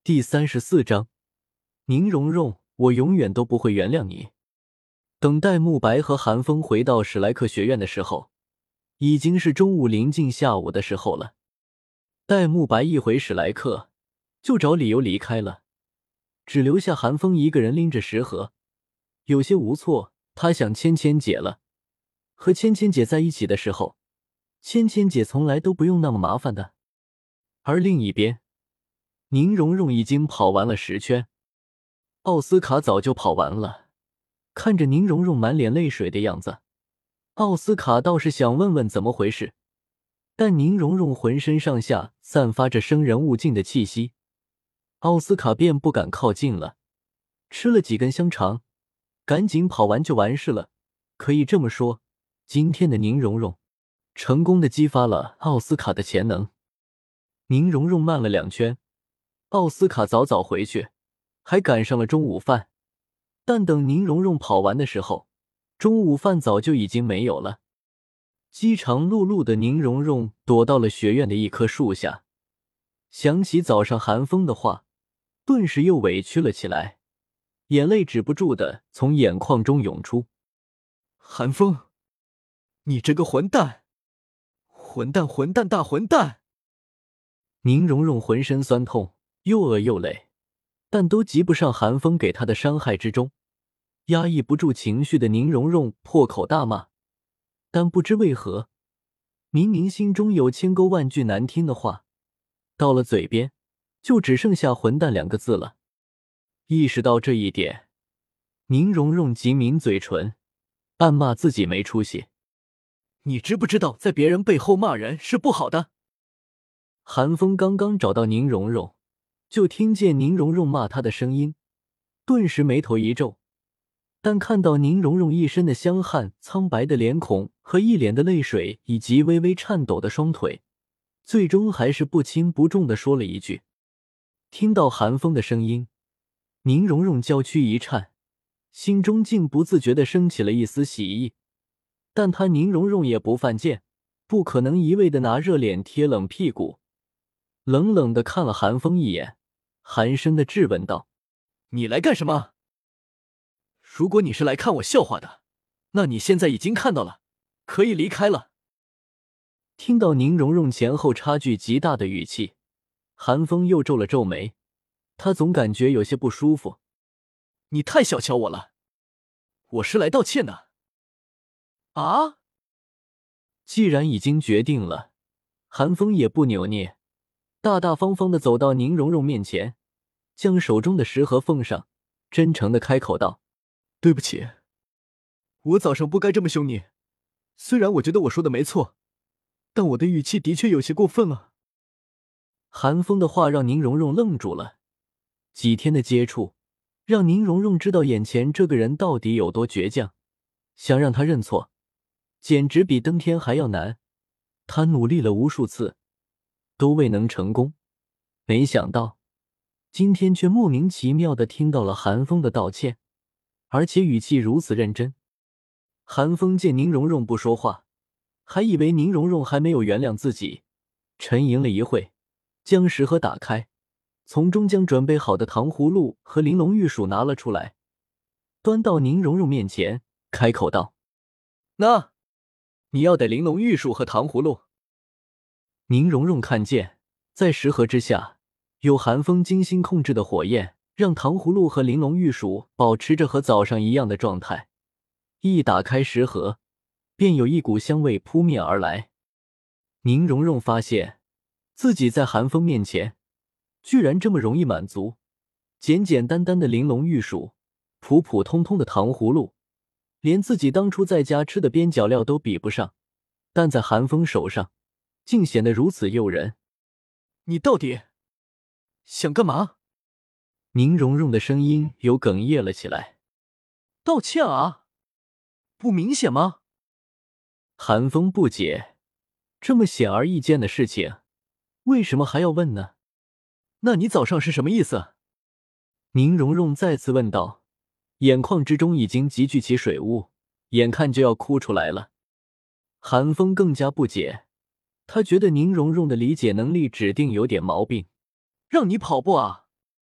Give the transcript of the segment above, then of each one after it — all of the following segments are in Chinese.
第34章，宁荣荣，我永远都不会原谅你。等待慕白和韩风回到史莱克学院的时候，已经是中午临近下午的时候了。待慕白一回史莱克，就找理由离开了，只留下韩风一个人拎着食盒，有些无措。他想芊芊姐了，和芊芊姐在一起的时候，芊芊姐从来都不用那么麻烦的。而另一边，宁荣荣已经跑完了10圈，奥斯卡早就跑完了。看着宁荣荣满脸泪水的样子，奥斯卡倒是想问问怎么回事，但宁荣荣浑身上下散发着生人勿近的气息，奥斯卡便不敢靠近了。吃了几根香肠，赶紧跑完就完事了。可以这么说，今天的宁荣荣成功的激发了奥斯卡的潜能。宁荣荣慢了2圈，奥斯卡早早回去，还赶上了中午饭。但等宁荣荣跑完的时候，中午饭早就已经没有了。饥肠辘辘的宁荣荣躲到了学院的一棵树下，想起早上韩风的话，顿时又委屈了起来，眼泪止不住的从眼眶中涌出。 韩风，你这个混蛋！混蛋混蛋大混蛋！ 宁荣荣浑身酸痛，又饿又累，但都及不上韩风给她的伤害之中。压抑不住情绪的宁荣荣破口大骂，但不知为何，明明心中有千沟万句难听的话，到了嘴边就只剩下混蛋2个字了。意识到这一点，宁荣荣紧抿嘴唇，暗骂自己没出息。 你知不知道在别人背后骂人是不好的？ 韩风刚刚找到宁荣荣，就听见宁荣荣骂他的声音，顿时眉头一皱。但看到宁荣荣一身的香汗、苍白的脸孔和一脸的泪水以及微微颤抖的双腿，最终还是不轻不重地说了一句。听到韩风的声音，宁荣荣娇躯一颤，心中竟不自觉地升起了一丝喜意。但她宁荣荣也不犯贱，不可能一味地拿热脸贴冷屁股，冷冷地看了韩风一眼，寒声地质问道： 你来干什么？如果你是来看我笑话的，那你现在已经看到了，可以离开了。 听到宁荣荣前后差距极大的语气，韩风又皱了皱眉，他总感觉有些不舒服。 你太小瞧我了，我是来道歉的。啊！ 既然已经决定了，韩风也不扭捏，大大方方地走到宁荣荣面前，将手中的食盒奉上，真诚地开口道： 对不起，我早上不该这么凶你，虽然我觉得我说的没错，但我的语气的确有些过分了。 韩风的话让宁荣荣愣住了，几天的接触让宁荣荣知道眼前这个人到底有多倔强，想让他认错简直比登天还要难。他努力了无数次都未能成功，没想到今天却莫名其妙地听到了韩风的道歉，而且语气如此认真。韩风见宁荣荣不说话，还以为宁荣荣还没有原谅自己，沉吟了一会，将食盒打开，从中将准备好的糖葫芦和玲珑玉薯拿了出来，端到宁荣荣面前，开口道： 那你要得玲珑玉薯和糖葫芦。 宁荣荣看见在食盒之下有韩风精心控制的火焰，让糖葫芦和玲珑玉薯保持着和早上一样的状态，一打开食盒便有一股香味扑面而来。宁荣荣发现自己在韩风面前居然这么容易满足，简简单单的玲珑玉薯，普普通通的糖葫芦，连自己当初在家吃的边角料都比不上，但在韩风手上竟显得如此诱人。 你到底想干嘛？ 宁荣荣的声音有哽咽了起来。 道歉啊？不明显吗？ 韩风不解，这么显而易见的事情，为什么还要问呢？ 那你早上是什么意思？ 宁荣荣再次问道，眼眶之中已经集聚起水雾，眼看就要哭出来了。韩风更加不解，他觉得宁荣荣的理解能力指定有点毛病。 让你跑步啊？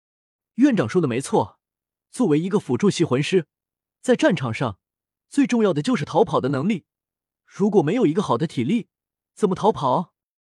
院长说的没错，作为一个辅助系魂师，在战场上最重要的就是逃跑的能力。如果没有一个好的体力，怎么逃跑？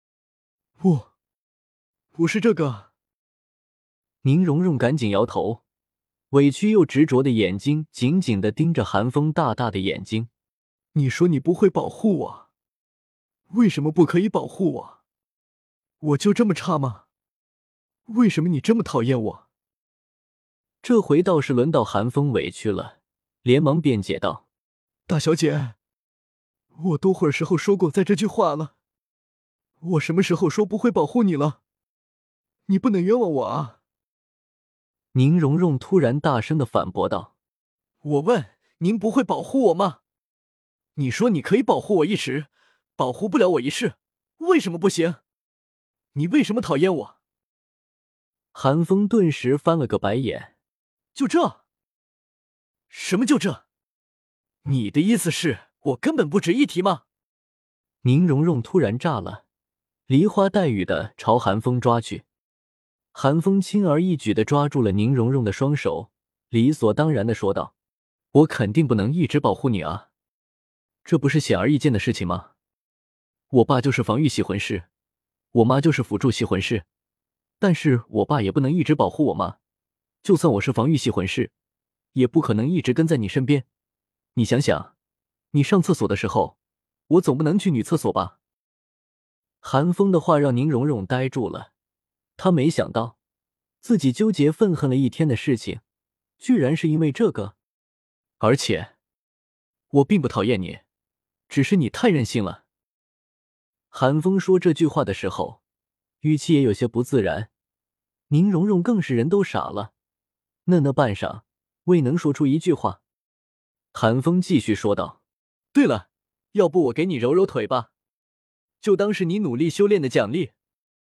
不是这个。 宁荣荣赶紧摇头，委屈又执着的眼睛紧紧地盯着韩风大大的眼睛。 你说你不会保护我，为什么不可以保护我？我就这么差吗？为什么你这么讨厌我？ 这回倒是轮到韩风委屈了，连忙辩解道： 大小姐，我多会儿时候说过在这句话了？我什么时候说不会保护你了？你不能冤枉我啊！ 宁荣荣突然大声地反驳道： 我问您不会保护我吗？你说你可以保护我一时，保护不了我一世，为什么不行？你为什么讨厌我？ 韩风顿时翻了个白眼。 就这？什么就这？你的意思是我根本不值一提吗？ 宁荣荣突然炸了，梨花带雨地朝韩风抓去。韩风轻而易举地抓住了宁荣荣的双手，理所当然地说道：我肯定不能一直保护你啊，这不是显而易见的事情吗？我爸就是防御系魂师，我妈就是辅助系魂师，但是我爸也不能一直保护我妈，就算我是防御系魂师，也不可能一直跟在你身边。你想想，你上厕所的时候，我总不能去女厕所吧？韩风的话让宁荣荣呆住了，他没想到自己纠结愤恨了一天的事情，居然是因为这个。而且，我并不讨厌你，只是你太任性了。韩风说这句话的时候，语气也有些不自然。宁荣荣更是人都傻了，愣了半晌，未能说出一句话。韩风继续说道：对了，要不我给你揉揉腿吧，就当是你努力修炼的奖励。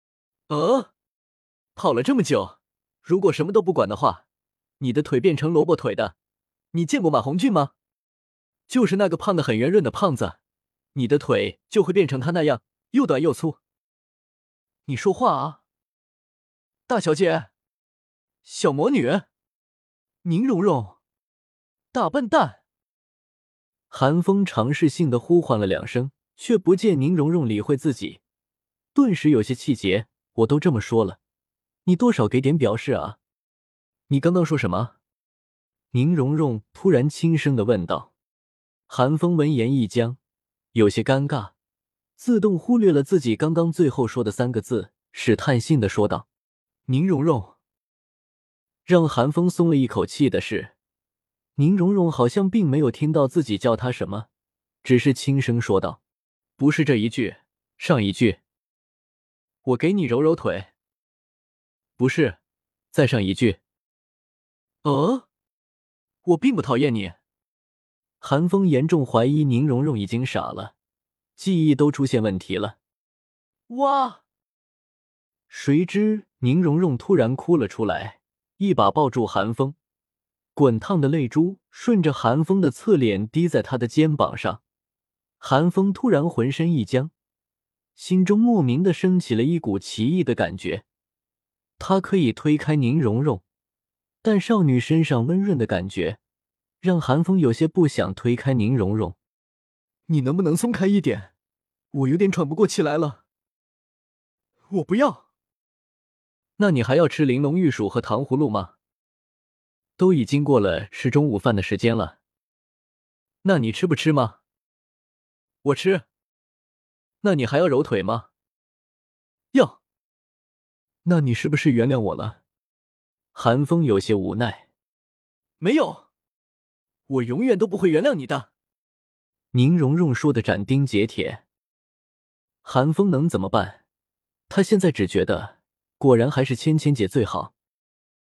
跑了这么久，如果什么都不管的话，你的腿变成萝卜腿的，你见过马红俊吗？就是那个胖得很圆润的胖子，你的腿就会变成他那样，又短又粗。你说话啊，大小姐，小魔女，宁荣荣，大笨蛋。韩风尝试性地呼唤了2声，却不见宁荣荣理会自己，顿时有些气结。我都这么说了，你多少给点表示啊。你刚刚说什么？宁荣荣突然轻声地问道。韩风闻言一僵，有些尴尬，自动忽略了自己刚刚最后说的3个字，试探性地说道：宁荣荣。让韩风松了一口气的是，宁荣荣好像并没有听到自己叫她什么，只是轻声说道：不是这一句，上一句。我给你揉揉腿。不是，再上一句。我并不讨厌你。韩风严重怀疑宁荣荣已经傻了，记忆都出现问题了。哇！谁知宁荣荣突然哭了出来，一把抱住韩风，滚烫的泪珠顺着韩风的侧脸滴在他的肩膀上。韩风突然浑身一僵，心中莫名的升起了一股奇异的感觉。他可以推开宁荣荣，但少女身上温润的感觉让韩风有些不想推开宁荣荣。 你能不能松开一点？我有点喘不过气来了。我不要。 那你还要吃玲珑玉薯和糖葫芦吗？都已经过了吃中午饭的时间了。那你吃不吃吗？我吃。那你还要揉腿吗？要。 那你是不是原谅我了？ 韩风有些无奈。 没有，我永远都不会原谅你的。 宁荣荣说的斩钉截铁。韩风能怎么办？他现在只觉得果然还是芊芊姐最好。